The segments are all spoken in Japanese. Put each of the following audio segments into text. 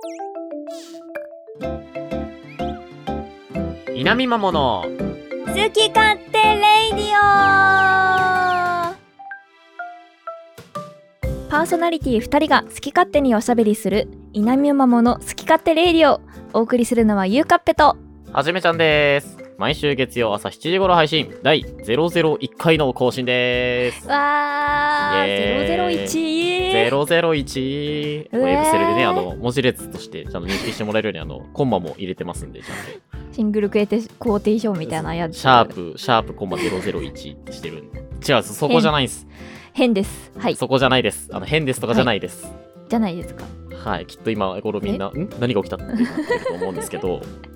稲見まもの好き勝手レイディオ。パーソナリティ2人が好き勝手におしゃべりする稲見まもの好き勝手レイディオ。お送りするのはゆうかっぺとはじめちゃんです。毎週月曜朝7時頃配信第001回の更新です。 わー001 001エクセルでね、文字列としてちゃんと認識してもらえるようにコンマも入れてますんで、ちゃんとシングルクオーテーションみたいなやつ。 シャープコンマ001ってしてるんで。違う、そこじゃないんです。 変です。はい。 そこじゃないです。変ですとかじゃないです。はい、 じゃないですか。 はい、きっと今頃みんな何が起きたってなってると思うんですけど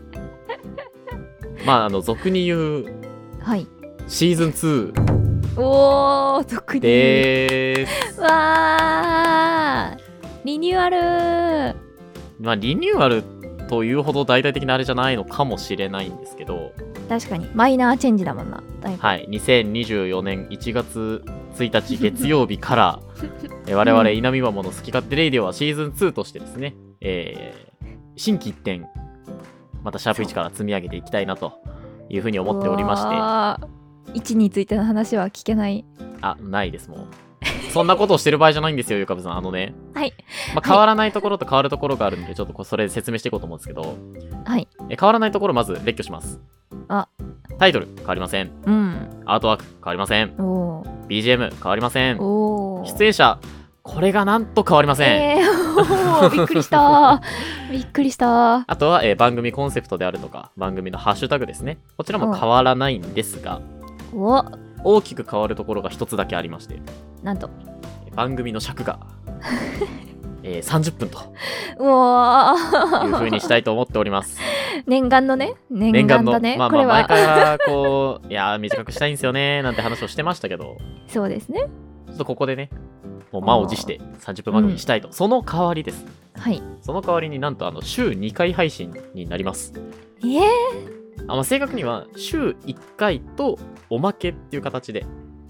まあ俗に言う、 はい、 シーズン2 おー、俗にでーす。 わー、リニューアル。 まあリニューアルというほど大々的なあれじゃないのかもしれないんですけど、 確かにマイナーチェンジだもんな。 はい、2024年1月1日月曜日から我々稲見まもの好き勝手レイディオはシーズン2としてですね、新規一点またシャープ1から積み上げていきたいなというふうに思っておりまして、1についての話は聞けない。 ないです。もうそんなことをしてる場合じゃないんですよ、ゆかぶさん。はい、変わらないところと変わるところがあるんで、ちょっとそれ説明していこうと思うんですけど、 はい、 変わらないところまず列挙します。タイトル変わりません。アートワーク変わりません。BGM 変わりません。出演者、これがなんと変わりません。 びっくりしたびっくりした。 あとは、番組コンセプトであるとか番組のハッシュタグですね、こちらも変わらないんですが、大きく変わるところが一つだけありまして、なんと番組の尺が30分という風にしたいと思っております念願のね、念願だね。 まあまあ前からこういや短くしたいんですよねなんて話をしてましたけど、 そうですね、 ちょっとここでね、もう満を持して30分番組にしたいと。その代わりです。 はい。 その代わりになんと週2回配信になります。正確には週1回とおまけっていう形で、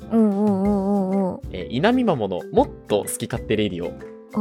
稲見まものもっと好き勝手レイディオ。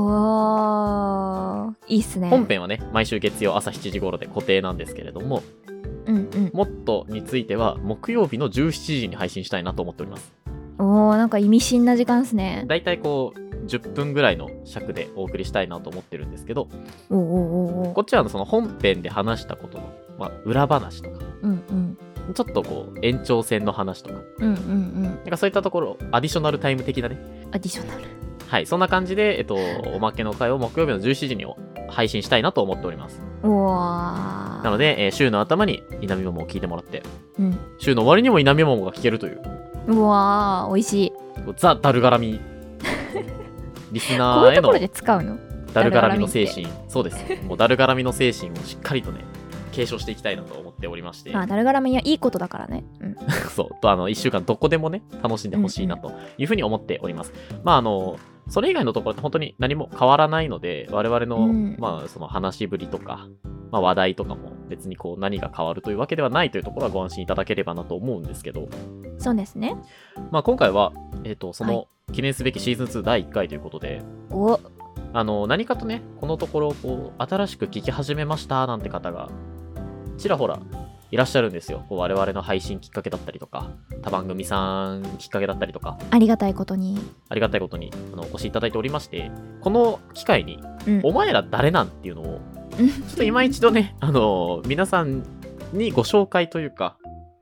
いいっすね。 本編はね、毎週月曜朝7時頃で固定なんですけれども、もっとについては木曜日の17時に配信したいなと思っております。 なんか意味深な時間ですね。 だいたいこう10分ぐらいの尺でお送りしたいなと思ってるんですけど、こっちはその本編で話したことの、裏話とか、ちょっとこう延長戦の話とか、なんかそういったところアディショナルタイム的なね、 アディショナル、 はい、そんな感じで、おまけの回を木曜日の17時に配信したいなと思っております。なので、週の頭に稲見まもを聞いてもらって、週の終わりにも稲見まもが聞けるという、美味しいザ・ダル絡みリスナーへのこういうところで使うのダル絡みの精神、そうです。もうダル絡みの精神をしっかりとね継承していきたいなと思っておりまして、 ダル絡みはいいことだからね。 そうと1週間どこでもね楽しんでほしいなというふうに思っております。それ以外のところって本当に何も変わらないので、我々の、その話ぶりとか、話題とかも別にこう何が変わるというわけではないというところはご安心いただければなと思うんですけど、 そうですね。 今回は、その記念すべきシーズン2第1回ということで、何かとね、このところこう新しく聞き始めましたなんて方がちらほらいらっしゃるんですよ。こう我々の配信きっかけだったりとか、他番組さんきっかけだったりとか、 ありがたいことにお越しいただいておりまして、この機会に、お前ら誰なんっていうのをちょっと今一度ね皆さんにご紹介というか、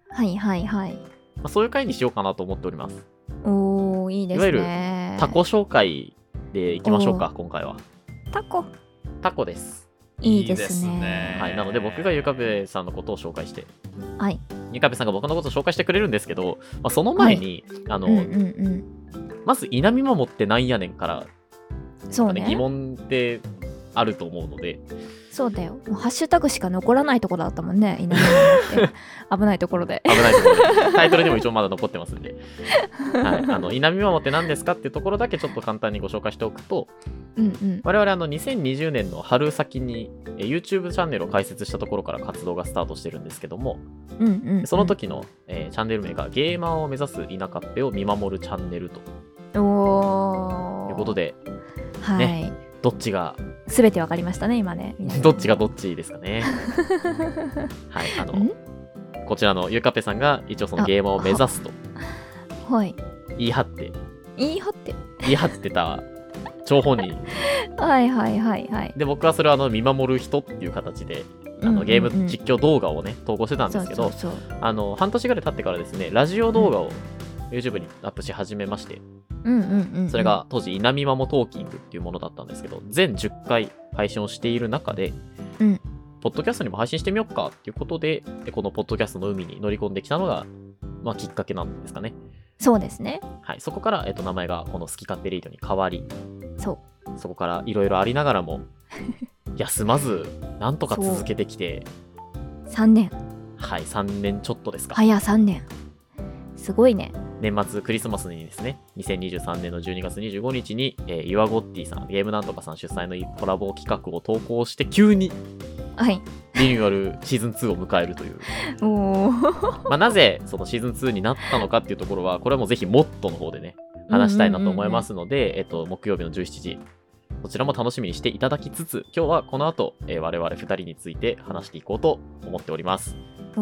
そういう回にしようかなと思っております。 いいですね。 いわゆるタコ紹介でいきましょうか。今回はタコです。 いいですね。 はい、なので僕がゆかべさんのことを紹介して、ゆかべさんが僕のことを紹介してくれるんですけど、その前に、まず稲見まもってなんやねんから、疑問ってあると思うので。 そうだよ、もうハッシュタグしか残らないところだったもんね、稲見まもって危ないところでタイトルにも一応まだ残ってますんで、稲見まもって何ですかっていうところだけちょっと簡単にご紹介しておくと、我々2020年の春先に YouTube チャンネルを開設したところから活動がスタートしてるんですけども、その時の、チャンネル名がゲーマーを目指す稲カッペを見守るチャンネルということで、 どっちが全てわかりましたね今ね。 どっちがどっちですかね。はい、こちらのゆうかっぺさんが一応そのゲーマーを目指すとはい言い張ってた張本人はいはいはいはい。 で、僕はそれを見守る人っていう形でゲーム実況動画をね投稿してたんですけど、半年ぐらい経ってからですね、ラジオ動画を YouTube にアップし始めまして、それが当時稲見まもトーキングっていうものだったんですけど、全10回配信をしている中で、ポッドキャストにも配信してみようかっていうことで、このポッドキャストの海に乗り込んできたのが、まあ、きっかけなんですかね。 そうですね。 はい、そこから、名前がこの好き勝手レイドに変わり、 そこからいろいろありながらも休まずなんとか続けてきて 3年。 はい、3年ちょっとですか。 早3年。すごいね。 年末クリスマスにですね、2023年の12月25日に、ユアゴッティさん、ゲームなんとかさん主催のコラボ企画を投稿して急にはいリニューアルシーズン2を迎えるというおまあなぜそのシーズン2になったのかっていうところは、これはもうぜひモットの方でね話したいなと思いますので、木曜日の17時そちらも楽しみにしていただきつつ、今日はこの後、我々2人について話していこうと思っております。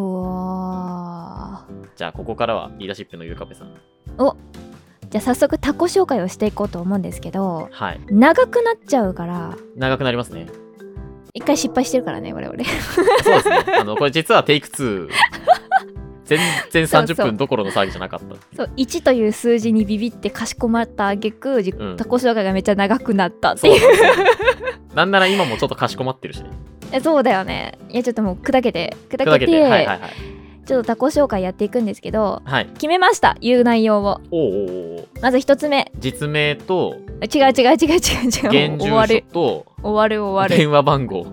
じゃあここからはリーダーシップのゆうかぺさん。 じゃあ早速タコ紹介をしていこうと思うんですけど、 はい、 長くなっちゃうから。 長くなりますね。 一回失敗してるからね我々。 そうですね。これ実はテイク2全然30分どころの騒ぎじゃなかった。 そう1という数字にビビってかしこまった挙句、タコ紹介がめっちゃ長くなったっていう。 なんなら今もちょっとかしこまってるしね。 そうだよね。いやちょっともう砕けて、はいはいはい、ちょっとタコ紹介やっていくんですけど、 はい、 決めました。言う内容を。まず一つ目、 実名と違う現住所と終わる電話番号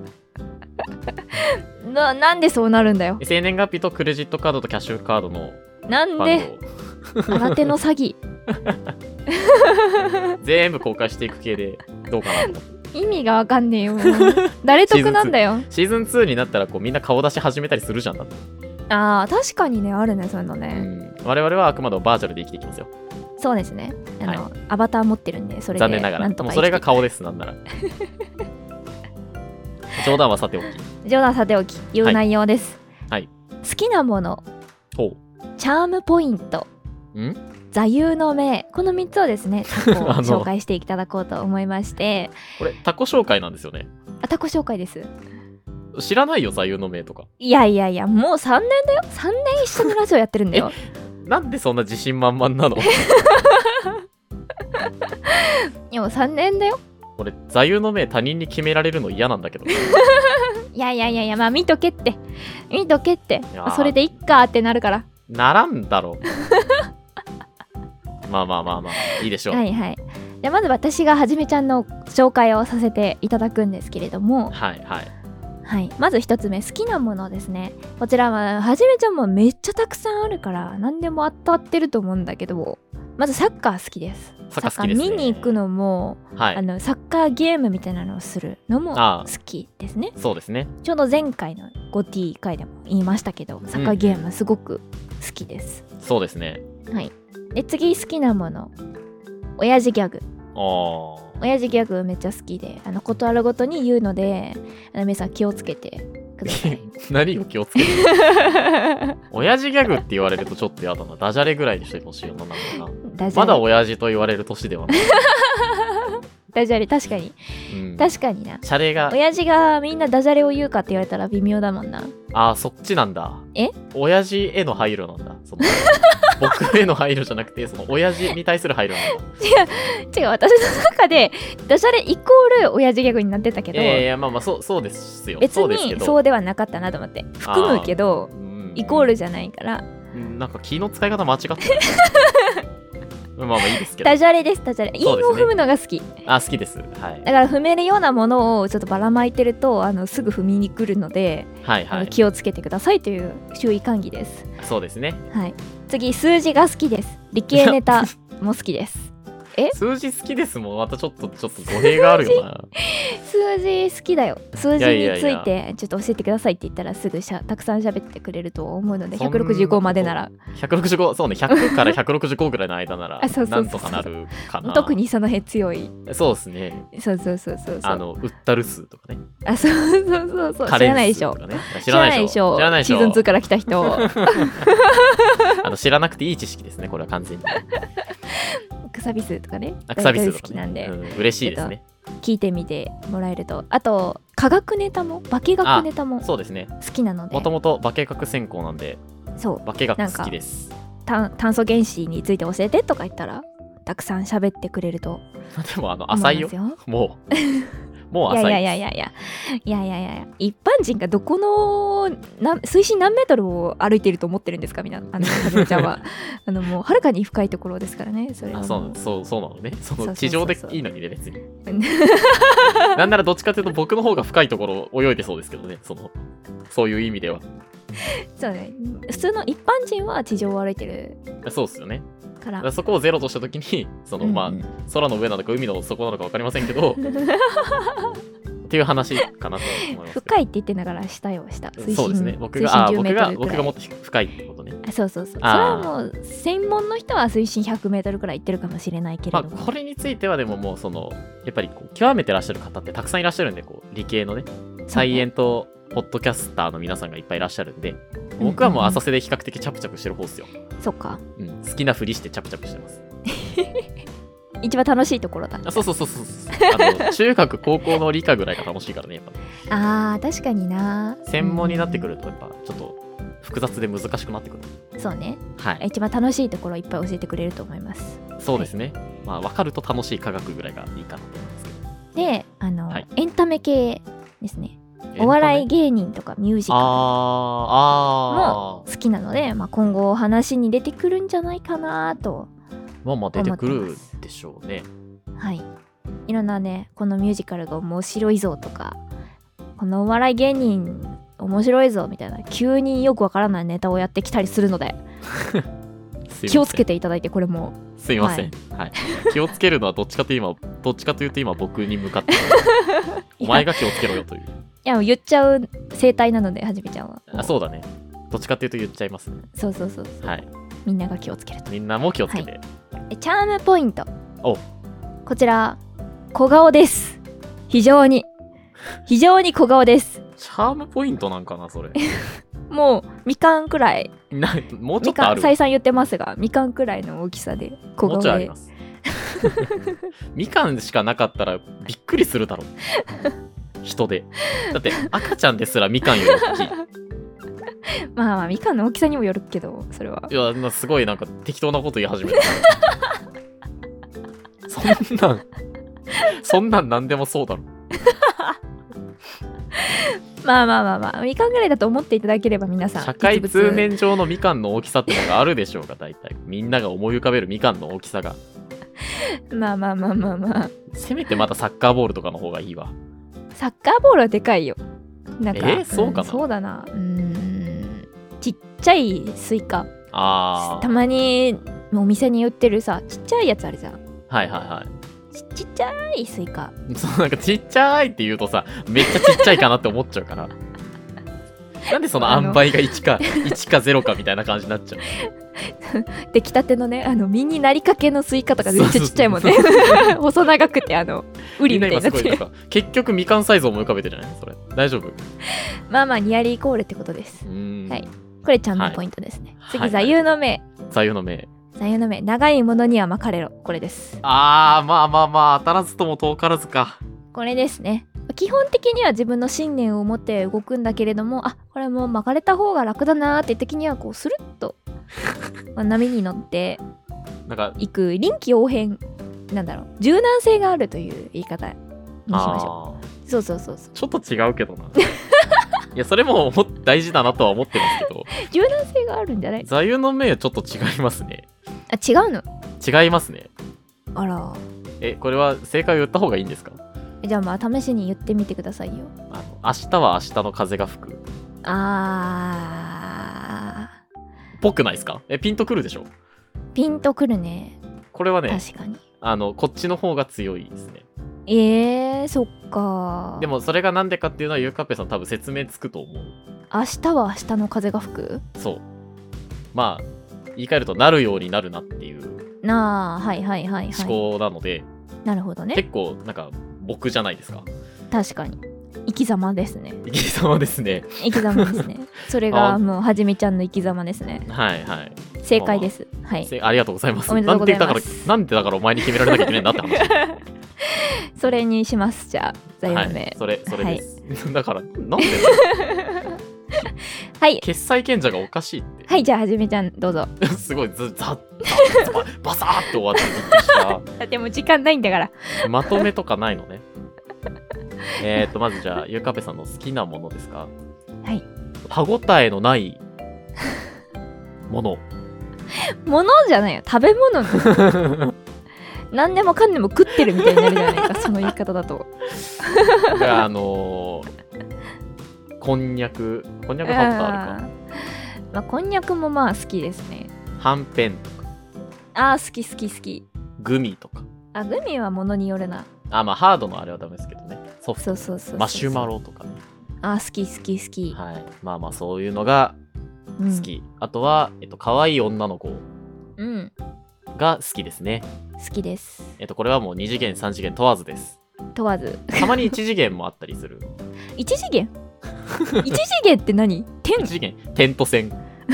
なんでそうなるんだよ。 生年月日とクレジットカードとキャッシュカードの番号。なんで新手の詐欺全部公開していく系でどうかなと。 意味がわかんねえよ。誰得なんだよ。 シーズン2になったらこうみんな顔出し始めたりするじゃん。だって確かにね、あるねそういうのね、 我々はあくまでもバーチャルで生きていきますよ。 そうですね。アバター持ってるんで、それで残念ながらもうそれが顔です。なんなら冗談はさておき言う内容です。 はい、 好きなもの、チャームポイント、座右の銘、この3つをですねタコを紹介していただこうと思いましてこれタコ紹介なんですよね。 タコ紹介です。 知らないよ座右の銘とか。 いやもう3年だよ。3年一緒にラジオやってるんだよ。 なんでそんな自信満々なの？ いやもう3年だよ。 俺座右の銘他人に決められるの嫌なんだけど。 いやまあ見とけってそれでいっかってなるから。 ならんだろまあいいでしょう。 はいはい。じゃあまず私がはじめちゃんの紹介をさせていただくんですけれども、 はい、 まず一つ目、好きなものですね。こちらははじめちゃんもめっちゃたくさんあるから何でも当たってると思うんだけど、まずサッカー好きです。 サッカー見に行くのも、サッカーゲームみたいなのをするのも好きですね。 そうですね。 ちょうど前回の 5T 回でも言いましたけど、サッカーゲームすごく好きです。 そうですね。 はい。で次好きなもの、親父ギャグ。親父ギャグめっちゃ好きで、ことあるごとに言うので、皆さん気をつけてください。 何を気をつけて親父ギャグって言われるとちょっとやだな。ダジャレぐらいにしてほしいよな。まだ親父と言われる年ではない。 ダジャレ確かに、確かにな。 シャレが親父がみんなダジャレを言うかって言われたら微妙だもんな。 そっちなんだ。親父への配慮なんだ。僕への配慮じゃなくて、その親父に対する配慮なんだ。 違う、私の中でダジャレイコール親父ギャグになってたけど、 まあそうですよ。 別にそうではなかったなと思って。含むけどイコールじゃないから。 なんか気の使い方間違ってる。まあいいですけど。 ダジャレです、ダジャレ。韻を踏むのが好き。 好きです。はい。 だから踏めるようなものをちょっとばらまいてるとすぐ踏みに来るので、気をつけてくださいという注意喚起です。 そうですね。 はい。次、数字が好きです。理系ネタも好きです。 数字好きですもん。またちょっと語弊があるよな。 数字好きだよ。数字についてちょっと教えてくださいって言ったらすぐたくさん喋ってくれると思うので、165までなら。 165、そうね、100から165ぐらいの間ならなんとかなるかな。 特にその辺強い。 そうですね。 そう。ウッタル数とかね。 そう。知らないでしょ。 知らないでしょ。 シーズン2から来た人。 知らなくていい知識ですね、これは完全に。 くさび数とかね。 くさび数好きなんで、 嬉しいですね。 聞いてみてもらえると。あと科学ネタも化学ネタもそうですね、 好きなので。 もともと化学専攻なんで、 そう化学好きです。 炭素原子について教えてとか言ったらたくさん喋ってくれると。 でも浅いよ。もう浅い。 いや一般人がどこの水深何メートルを歩いていると思ってるんですか、みんな。はじめちゃんはもうはるかに深いところですからね。それはそうなのね。その地上でいいのにね、別に。なんならどっちかというと僕の方が深いところを泳いでそうですけどね、そういう意味では。 そうね、普通の一般人は地上を歩いてる。 そうっすよね。からそこをゼロとしたときに空の上なのか海の底なのか分かりませんけどっていう話かなと思います。 深いって言ってながら下。 そうですね。僕がもっと深いってことね。 そう。それはもう専門の人は水深100メートルくらい行ってるかもしれないけれども、 これについてはでももうやっぱり極めてらっしゃる方ってたくさんいらっしゃるんで、理系のね、サイエントポッドキャスターの皆さんがいっぱいいらっしゃるんで、僕はもう浅瀬で比較的チャプチャプしてる方っすよ。 そっか。 好きなふりしてチャプチャプしてます。 一番楽しいところだ。 そう。中学高校の理科ぐらいが楽しいからね、やっぱ。確かにな。 専門になってくるとやっぱちょっと複雑で難しくなってくる。 そうね。 はい。 一番楽しいところいっぱい教えてくれると思います。 そうですね。分かると楽しい科学ぐらいがいいかなって思いますけど。 で、エンタメ系ですね。お笑い芸人とかミュージカルも好きなので、今後話に出てくるんじゃないかなと思ってます。 出てくるでしょうね。 はい。いろんなね、このミュージカルが面白いぞとか、このお笑い芸人面白いぞみたいな急によくわからないネタをやってきたりするので気をつけていただいて。これもすいません、はい、気をつけるのはどっちかというと今僕に向かってお前が気をつけろよという。 いや、言っちゃう生態なので、はじめちゃんは。 そうだね。どっちかっていうと言っちゃいますね。 そう。 はい。 みんなが気をつけると。 みんなも気をつけて。はい、 チャームポイント。こちら、小顔です。非常に小顔です。 チャームポイントなんかな、それ。 もう、みかんくらい。 もうちょっとある。 再三言ってますが、みかんくらいの大きさで、小顔で。もうちょいあります。 みかんしかなかったらびっくりするだろう。人で。だって赤ちゃんですらみかんより大きい。 みかんの大きさにもよるけど、それは。 いや、すごいなんか適当なこと言い始めた。そんなん何でもそうだろ。 みかんぐらいだと思っていただければ皆さん。 社会通念上のみかんの大きさってのがあるでしょうが、大体。みんなが思い浮かべるみかんの大きさが。せめてまたサッカーボールとかの方がいいわ。 サッカーボールはでかいよ。なんかそうかな、 そうだな。ちっちゃいスイカ。たまにお店に売ってるさ、ちっちゃいやつあるじゃん。 はい。 ちっちゃいスイカ。 なんかちっちゃいって言うとさ、めっちゃちっちゃいかなって思っちゃうから。なんでその塩梅が1か0かみたいな感じになっちゃう。 出来たてのね、実になりかけのスイカとかめっちゃちっちゃいもんね。細長くてウリみたいになってる。 結局みかんサイズを思い浮かべてるじゃないそれ。大丈夫？ ニアリーイコールってことです。はい。これちゃんとポイントですね。次、座右の銘。 座右の銘。 長いものには巻かれろ。これです。 当たらずとも遠からずか。 これですね。基本的には自分の信念を持って動くんだけれども、これもう巻かれた方が楽だなーって時にはこうスルッと波に乗っていく臨機応変、柔軟性があるという言い方にしましょう。そう。ちょっと違うけどな。いや、それも大事だなとは思ってますけど。 柔軟性があるんじゃない？ 座右の銘はちょっと違いますね。 違うの？ 違いますね。 あら。 これは正解を言った方がいいんですか？ じゃあ試しに言ってみてくださいよ。 明日は明日の風が吹く。ぽくないですか？ピンとくるでしょ？ ピンとくるね。 これはね、 確かにこっちの方が強いですね。 そっか。 でもそれがなんでかっていうのはゆうかっぺさん多分説明つくと思う。 明日は明日の風が吹く。 そう。まあ言い換えるとなるようになるなっていう思考なので、 なるほどね。 結構なんか僕じゃないですか。 確かに生き様ですね。 生き様ですね。 生き様ですね。それがもうはじめちゃんの生き様ですね。 はいはい。 正解です。はい。 ありがとうございます。 おめでとうございます。 なんでだからお前に決められなきゃいけないんだって話。 それにします。じゃあ座右の銘。 それです。だからなんではい。 決裁賢者がおかしいって。 はい、じゃあはじめちゃんどうぞ。 すごいバサーって終わってびっくりした。 だってもう時間ないんだから。 まとめとかないのね。まずじゃあゆうかぺさんの好きなものですか？ はい。 歯ごたえのないもの。 ものじゃないよ、食べ物。何でもかんでも食ってるみたいになるじゃないか、その言い方だと。 こんにゃく歯ごたえあるか。 まあこんにゃくもまあ好きですね。 はんぺんとか。 好き。 グミとか。 グミはものによるな。 まあハードのあれはダメですけどね。ソフト。 そうマシュマロとかね。 好き。 はい。まあそういうのが好き。あとは可愛い女の子が好きですね。 好きです。 これはもう2次元3次元問わずです。 問わず。 たまに1次元もあったりする。 1次元1次元って何？ 1次元点と線。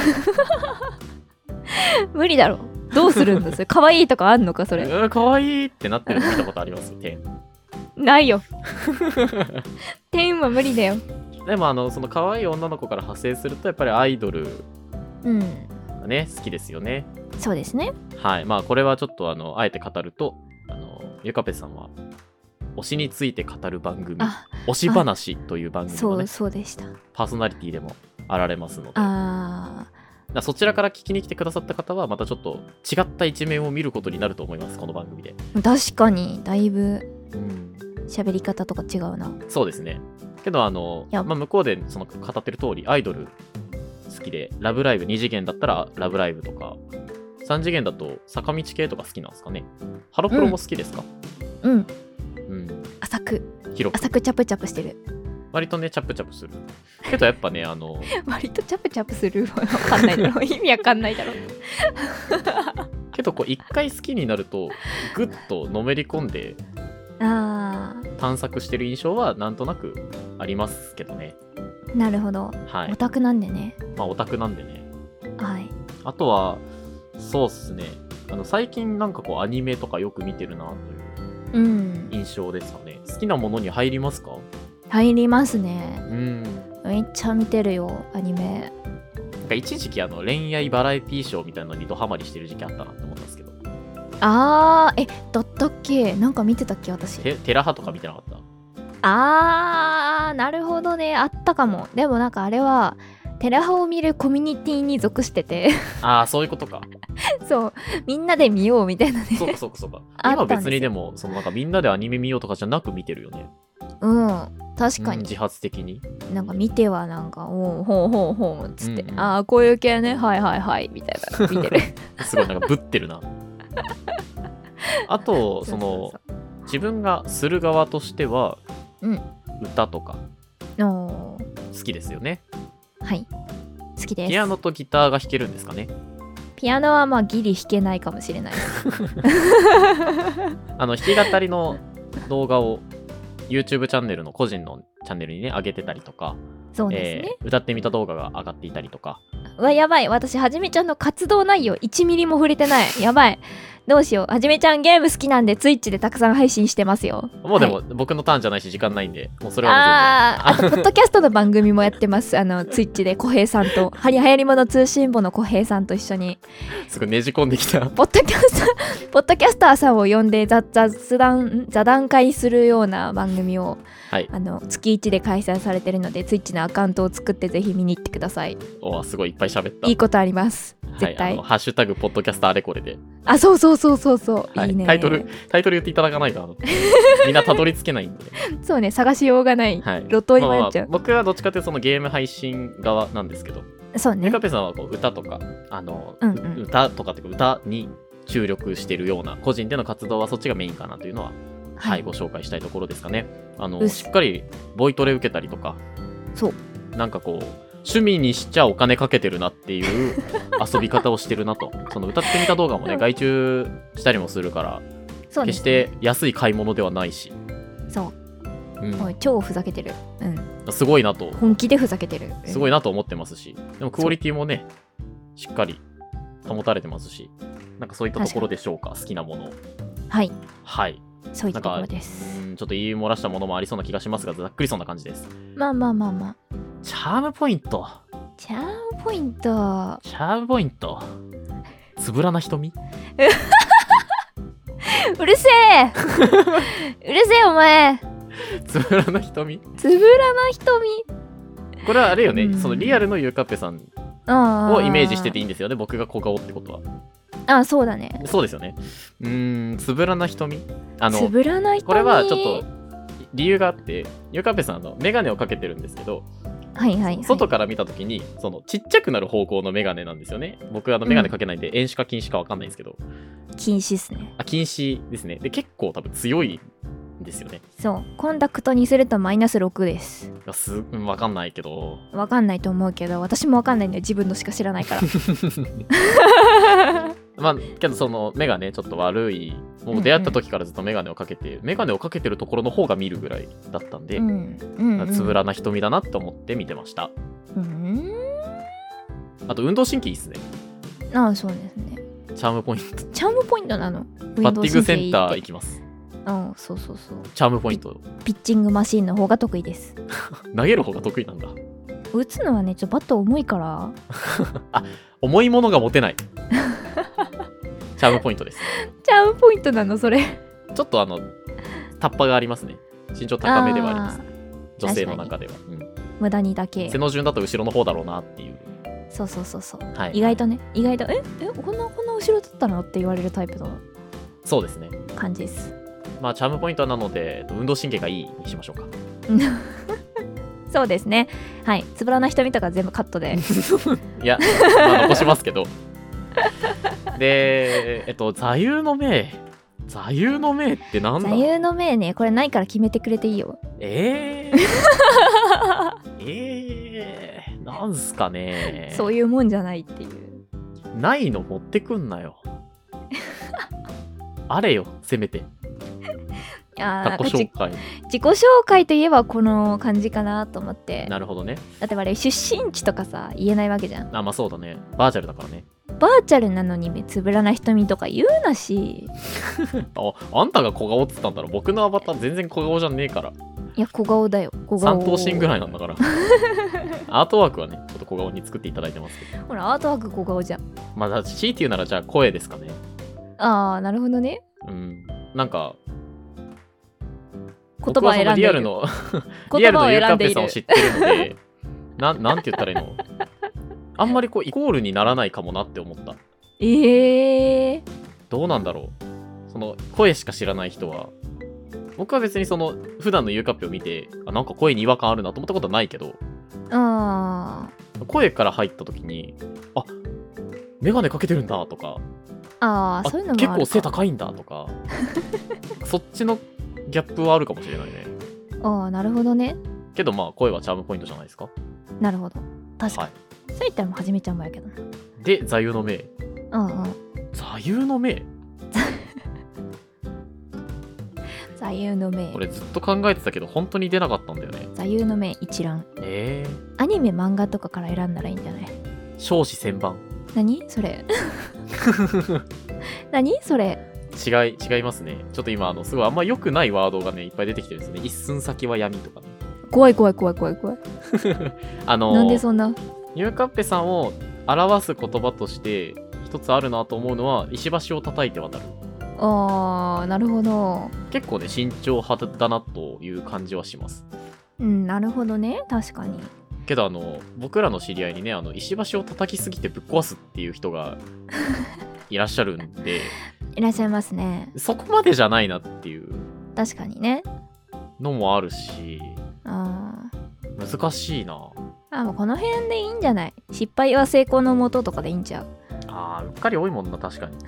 無理だろ。どうするんだそれ。可愛いとかあんのかそれ。 可愛いってなってるの見たことあります？点ないよ。点は無理だよ。 でもその可愛い女の子から派生するとやっぱりアイドルがね、好きですよね。 そうですね。 はい。まあこれはちょっとあえて語るとゆかぺさんは推しについて語る番組推し話という番組のね、 そうでした。パーソナリティでもあられますので、そちらから聞きに来てくださった方はまたちょっと違った一面を見ることになると思います、この番組で。 確かにだいぶ喋り方とか違うな。 そうですね。けど向こうでその語ってる通りアイドル好きで、ラブライブ2次元だったらラブライブとか、3次元だと坂道系とか好きなんですかね。ハロプロも好きですか？浅くチャプチャプしてる。割とねチャプチャプするけどやっぱね割とチャプチャプするわかんないだろ意味わかんないだろけど一回好きになるとグッとのめり込んで探索してる印象はなんとなくありますけどね。 なるほど、はい、オタクなんでね。 オタクなんでね。 はい。 あとはそうっすね、最近なんかアニメとかよく見てるなという印象ですかね。好きなものに入りますか？ 入りますね。めっちゃ見てるよアニメ。 なんか一時期恋愛バラエティーショーみたいなのにドハマりしてる時期あったなって思ったんですけど。 だったっけ？なんか見てたっけ私。 テラハとか見てなかった？ なるほどね、あったかも。でもなんかあれはテラハを見るコミュニティに属しててそういうことか。 そう、みんなで見ようみたいなね。 そうか今別にでもなんかみんなでアニメ見ようとかじゃなく見てるよね。 確かに、 自発的になんか見てはなんかほうっつって、こういう系ね、はいみたいな見てるすごいなんかぶってるなあと自分がする側としては、歌とか好きですよね。 はい、好きです。 ピアノとギターが弾けるんですかね。 ピアノはまあギリ弾けないかもしれない弾き語りの動画を YouTube チャンネルの個人のチャンネルにね上げてたりとか、 そうですね、 歌ってみた動画が上がっていたりとか。 やばい、私はじめちゃんの活動内容1ミリも触れてない。やばい、どうしよう。はじめちゃんゲーム好きなんで Twitch でたくさん配信してますよ。 もうでも、僕のターンじゃないし時間ないんで、もうそれはもう全然。あとポッドキャストの番組もやってます。Twitch で小平さんとはやりもの通信簿の小平さんと一緒に。 すごいねじ込んできた。 ポッドキャスターさんを呼んで座談会するような番組を、はい、月1で開催されてるので Twitch のアカウントを作ってぜひ見に行ってください。 すごいいっぱい喋った。 いいことあります絶対。 ハッシュタグポッドキャスターあれこれで。 そうはい、いいね。タイトル言っていただかないとみんなたどり着けないんで、ね、 そうね、探しようがない、路頭に迷っちゃう。 僕はどっちかというとゲーム配信側なんですけど、 そうね。 ゆかぺさんは歌とか歌とかっていうか歌に注力してるような個人での活動はそっちがメインかなというのは、はい、ご紹介したいところですかね。しっかりボイトレ受けたりとか、 そうなんかこう趣味にしちゃお金かけてるなっていう遊び方をしてるなと。その歌ってみた動画もね、外注したりもするから、決して安い買い物ではないし、 そう、超ふざけてる、 すごいなと、 本気でふざけてる、 すごいなと思ってますし、でもクオリティもねしっかり保たれてますし、なんかそういったところでしょうか。好きなもの、はいはい、 そういったところです。 ちょっと言い漏らしたものもありそうな気がしますが、ざっくりそんな感じです。 まあチャームポイント、つぶらな瞳うるせえお前つぶらな瞳これはあれよね、そのリアルのゆうかっぺさんをイメージしてていいんですよね。僕が小顔ってことは。 そうだね。 そうですよね。つぶらな瞳、 つぶらな瞳、 これはちょっと理由があって、ゆうかっぺさんメガネをかけてるんですけど、外から見たときにそのちっちゃくなる方向のメガネなんですよね。僕メガネかけないんで、遠視か近視か分かんないんですけど、 近視ですね。 近視ですね。で結構多分強いんですよね。 そう、コンタクトにすると-6です。 分かんないけど、 分かんないと思うけど、私も分かんないんだよ、自分のしか知らないからまあけどその目がねちょっと悪い、もう出会った時からずっとメガネをかけて、メガネをかけてるところの方が見るぐらいだったんで、つぶらな瞳だなって思って見てました。あと運動神経いいっすね。 そうですね。 チャームポイントなの。 バッティングセンター行きます。 そうチャームポイント。 ピッチングマシンの方が得意です。 投げる方が得意なんだ。 打つのはね、ちょっとバット重いから重いものが持てないチャームポイントです。 チャームポイントなのそれ。 ちょっとタッパがありますね。身長高めではあります、女性の中では、 無駄にだけ背の順だと後ろの方だろうなっていう。 そう、意外とこんな後ろだったのって言われるタイプのそうですね感じです。 まあチャームポイントなので運動神経がいいにしましょうかそうですね。はい、つぶらな瞳とか全部カットでいや、残しますけどで座右の銘ってなんだ。 座右の銘ね、これないから決めてくれていいよ。 なんすかね。 そういうもんじゃないっていう。 ないの持ってくんなよあれよ、せめて。自己紹介といえばこの感じかなと思って。 なるほどね。 だってあれ出身地とかさ言えないわけじゃん。 まあそうだね。バーチャルだからね。 バーチャルなのにつぶらな瞳とか言うなしあんたが小顔っつったんだろ。僕のアバター全然小顔じゃねえから。 いや、小顔だよ。小顔。 3頭身ぐらいなんだからアートワークはねちょっと小顔に作っていただいてますけど。 ほら、アートワーク小顔じゃん。 まあ強いて言うならじゃあ声ですかね。 なるほどね。 なんか言葉を選んでいる。 リアルのゆうかっぺさんを知ってるのでなんて言ったらいいのあんまりイコールにならないかもなって思った。どうなんだろう。その声しか知らない人は、僕は別にその普段のゆうかっぺを見てなんか声に違和感あるなと思ったことはないけど、声から入った時にメガネかけてるんだとか、 そういうのもあるか。 結構背高いんだとかそっちのギャップはあるかもしれないね。 なるほどね。 けど声はチャームポイントじゃないですか。 なるほど、確かに、そう言ったらもう始めちゃうんやけどな。 で座右の銘。座右の銘座右の銘、 これずっと考えてたけど本当に出なかったんだよね。 座右の銘一覧。アニメ漫画とかから選んだらいいんじゃない。 少子千万。 何それ何それ。 違いますね。ちょっと今すごいあんま良くないワードがねいっぱい出てきてるんですね。一寸先は闇とかね。 怖いなんでそんな。 ゆうかっぺさんを表す言葉として一つあるなと思うのは、石橋を叩いて渡る。 なるほど。 結構ね慎重派だなという感じはします。 なるほどね。確かに。 けど僕らの知り合いにね石橋を叩きすぎてぶっ壊すっていう人がいらっしゃるんでいらっしゃいますね。 そこまでじゃないなっていう。 確かにね。 のもあるし、難しいな。 もうこの辺でいいんじゃない。失敗は成功のもととかでいいんちゃう。 かり多いもんな、確かに。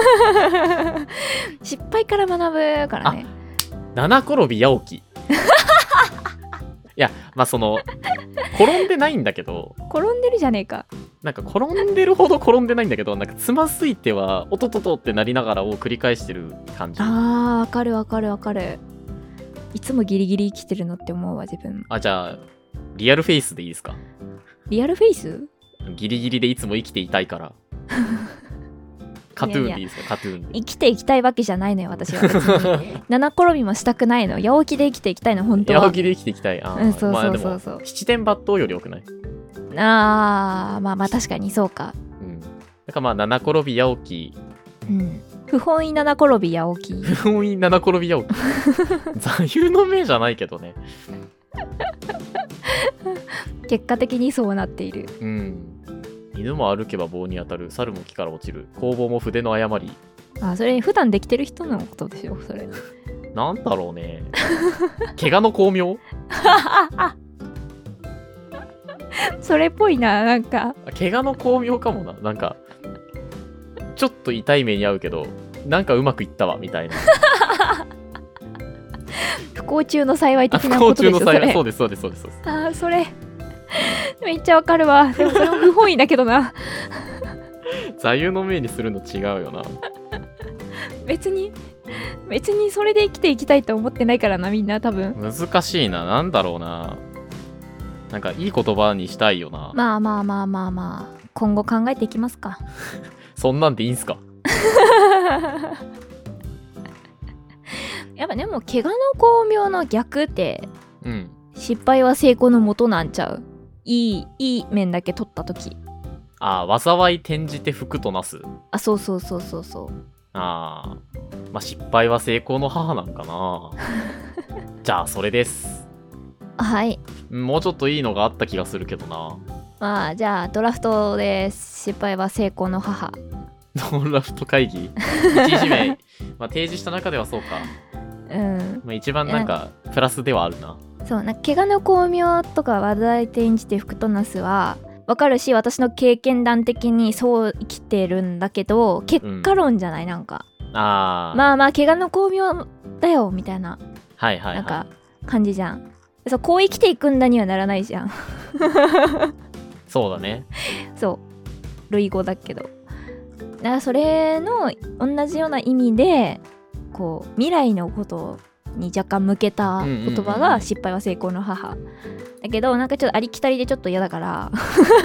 失敗から学ぶからね。 七転び八起き。いや、まあその転んでないんだけど、 転んでるじゃねえか。 なんか転んでるほど転んでないんだけど、なんかつまずいてはおとととってなりながらを繰り返してる感じ。 あー、わかるわかるわかる。いつもギリギリ生きてるのって思うわ、自分。 じゃあリアルフェイスでいいですか？ リアルフェイス？ ギリギリでいつも生きていたいからカトゥーンでいいですか？カトゥーンで生きていきたいわけじゃないのよ、私は別に。七転びもしたくないの。八起きで生きていきたいの、本当は。 八起きで生きていきたい。 そうそうそうそう。 まあ、でも七点抜刀より多くない？ まあ確かにそうか。 だからまあ七転び八起き。 不本意七転び八起き。 不本意七転び八起き。座右の銘じゃないけどね。 結果的にそうなっている。 犬も歩けば棒に当たる、猿も木から落ちる、工房も筆の誤り。 それ普段できてる人のことでしょ、それ。 なんだろうね。怪我の巧妙。 それっぽいな、なんか。 怪我の巧妙かもな。なんかちょっと痛い目に遭うけど、なんかうまくいったわみたいな。 不幸中の幸い的なことでしょ。不幸中の幸い。 そうですそうですそうです。 それめっちゃわかるわ。でもそれも不本意だけどな。 座右の銘にするの違うよな。 別にそれで生きていきたいと思ってないからな、みんな多分。 難しいな。なんだろうな。なんかいい言葉にしたいよな。 まあ今後考えていきますか。 そんなんでいいんすか？ やっぱでも怪我の巧妙の逆って、失敗は成功のもとなんちゃう？いい面だけ取った時。 災い転じて福となす。 そう。 まあ失敗は成功の母なんかな。じゃあそれです。 はい。 もうちょっといいのがあった気がするけどな。 じゃあドラフトで失敗は成功の母。 ドラフト会議1位指名提示した中ではそうか。一番なんかプラスではあるな。 そうな、怪我の巧妙とか災い転じて福となすはわかるし、私の経験談的にそう生きてるんだけど、結果論じゃない？なんかまあ怪我の巧妙だよみたいな、なんか感じじゃん。こう生きていくんだにはならないじゃん。 そうだね。 そう類語だけど、だからそれの同じような意味で、こう未来のことに若干向けた言葉が失敗は成功の母だけど、なんかちょっとありきたりでちょっと嫌だから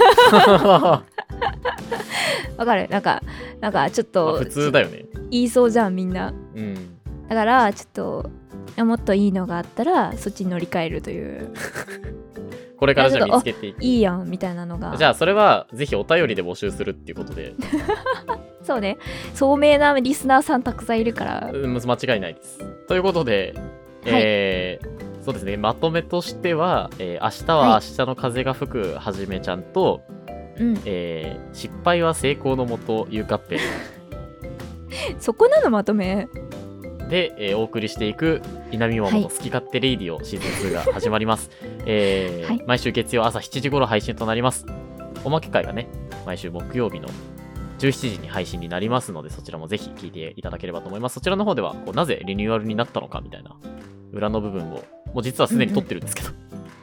わかる？なんかちょっと、 普通だよね。 言いそうじゃんみんな。だからちょっともっといいのがあったらそっちに乗り換えるという。 これからじゃあ見つけていく。 いいやんみたいなのが。 じゃあそれはぜひお便りで募集するっていうことで。 そうね、聡明なリスナーさんたくさんいるから。 間違いないです。ということで、そうですね、まとめとしては、明日は明日の風が吹くはじめちゃんと、失敗は成功のもとゆうかっぺそこなのまとめで、お送りしていく稲見ママの好き勝手レイディオシーズン2が始まります。毎週月曜朝7時頃配信となります。おまけ会がね、毎週木曜日の17時に配信になりますので、そちらもぜひ聞いていただければと思います。そちらの方ではなぜリニューアルになったのかみたいな裏の部分をもう実はすでに撮ってるんですけど、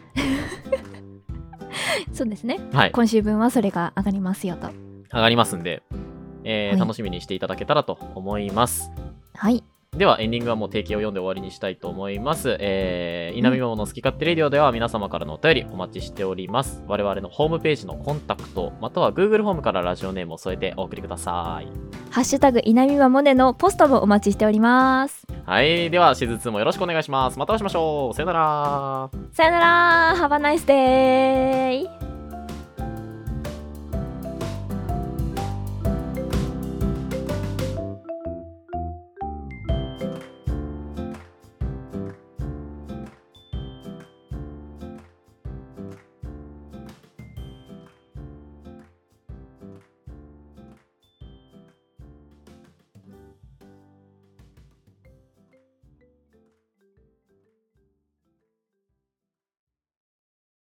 そうですね、今週分はそれが上がりますよと。 上がりますんで、楽しみにしていただけたらと思います。ではエンディングはもう定型を読んで終わりにしたいと思います。稲見ママの好き勝手レディオでは皆様からのお便りお待ちしております。我々のホームページのコンタクトまたは Google フォームからラジオネームを添えてお送りください。 ハッシュタグ稲見ママでのポストもお待ちしております。 はい、ではシーズン2もよろしくお願いします。またお会いしましょう。さよなら。 さよなら。Have a nice day.